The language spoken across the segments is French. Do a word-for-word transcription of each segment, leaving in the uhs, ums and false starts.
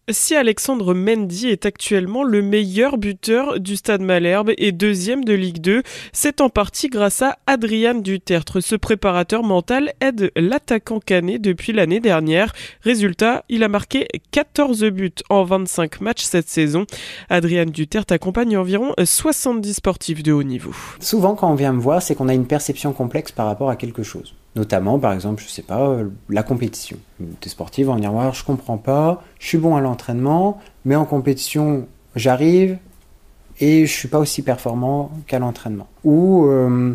Si Alexandre Mendy est actuellement le meilleur buteur du Stade Malherbe et deuxième de Ligue deux, c'est en partie grâce à Adrien Dutertre. Ce préparateur mental aide l'attaquant canet depuis l'année dernière. Résultat, il a marqué quatorze buts en vingt-cinq matchs cette saison. Adrien Dutertre accompagne environ soixante-dix sportifs de haut niveau. Souvent, quand on vient me voir, c'est qu'on a une perception complexe par rapport à quelque chose. Notamment, par exemple, je sais pas, la compétition. Des sportifs vont venir voir, je comprends pas, je suis bon à l'entraînement, mais en compétition, j'arrive et je suis pas aussi performant qu'à l'entraînement. Ou euh,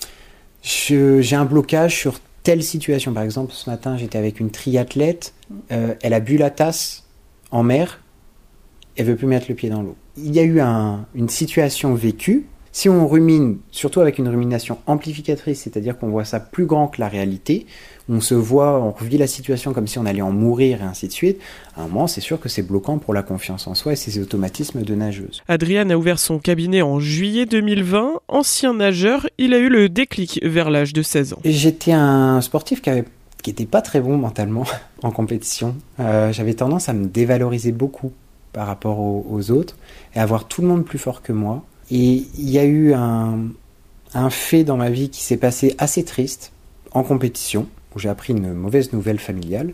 je, j'ai un blocage sur telle situation. Par exemple, ce matin, j'étais avec une triathlète, euh, elle a bu la tasse en mer, elle veut plus mettre le pied dans l'eau. Il y a eu un, une situation vécue. Si on rumine, surtout avec une rumination amplificatrice, c'est-à-dire qu'on voit ça plus grand que la réalité, on se voit, on revit la situation comme si on allait en mourir et ainsi de suite, à un moment, c'est sûr que c'est bloquant pour la confiance en soi et ses automatismes de nageuse. Adrien a ouvert son cabinet en juillet deux mille vingt. Ancien nageur, il a eu le déclic vers l'âge de seize ans. J'étais un sportif qui avait qui était pas très bon mentalement en compétition. Euh, j'avais tendance à me dévaloriser beaucoup par rapport aux, aux autres et à voir tout le monde plus fort que moi. Et il y a eu un, un fait dans ma vie qui s'est passé assez triste en compétition, où j'ai appris une mauvaise nouvelle familiale,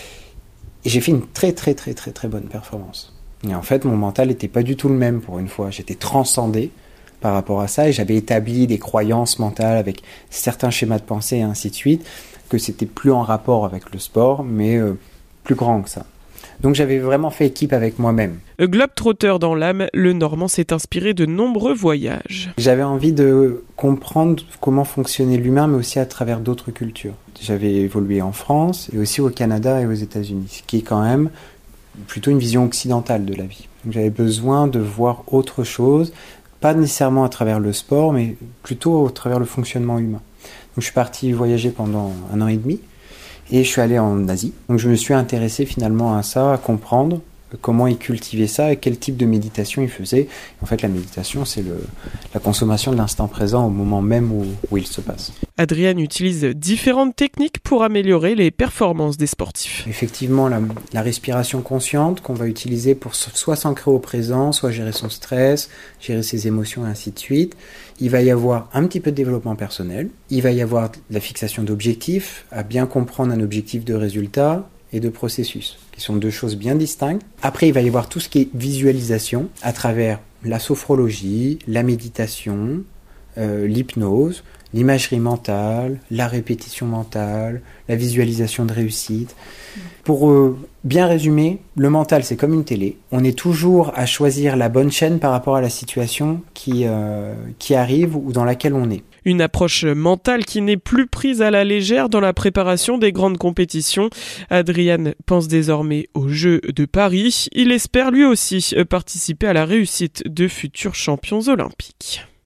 et j'ai fait une très très très très très bonne performance. Et en fait, mon mental n'était pas du tout le même pour une fois. J'étais transcendé par rapport à ça, et j'avais établi des croyances mentales avec certains schémas de pensée et ainsi de suite, que c'était plus en rapport avec le sport, mais euh, plus grand que ça. Donc j'avais vraiment fait équipe avec moi-même. Globe-trotter dans l'âme, le Normand s'est inspiré de nombreux voyages. J'avais envie de comprendre comment fonctionnait l'humain, mais aussi à travers d'autres cultures. J'avais évolué en France et aussi au Canada et aux États-Unis, ce qui est quand même plutôt une vision occidentale de la vie. Donc j'avais besoin de voir autre chose, pas nécessairement à travers le sport, mais plutôt à travers le fonctionnement humain. Donc je suis parti voyager pendant un an et demi. Et je suis allé en Asie. Donc je me suis intéressé finalement à ça, à comprendre comment ils cultivaient ça et quel type de méditation ils faisaient. En fait, la méditation, c'est le, la consommation de l'instant présent au moment même où, où il se passe. Adrien utilise différentes techniques pour améliorer les performances des sportifs. Effectivement, la, la respiration consciente qu'on va utiliser pour soit s'ancrer au présent, soit gérer son stress, gérer ses émotions et ainsi de suite. Il va y avoir un petit peu de développement personnel. Il va y avoir de la fixation d'objectifs, à bien comprendre un objectif de résultat et de processus, qui sont deux choses bien distinctes. Après, il va y avoir tout ce qui est visualisation à travers la sophrologie, la méditation, euh, l'hypnose, l'imagerie mentale, la répétition mentale, la visualisation de réussite. Pour euh, bien résumer, le mental, c'est comme une télé. On est toujours à choisir la bonne chaîne par rapport à la situation qui, euh, qui arrive ou dans laquelle on est. Une approche mentale qui n'est plus prise à la légère dans la préparation des grandes compétitions. Adrien pense désormais aux Jeux de Paris. Il espère lui aussi participer à la réussite de futurs champions olympiques.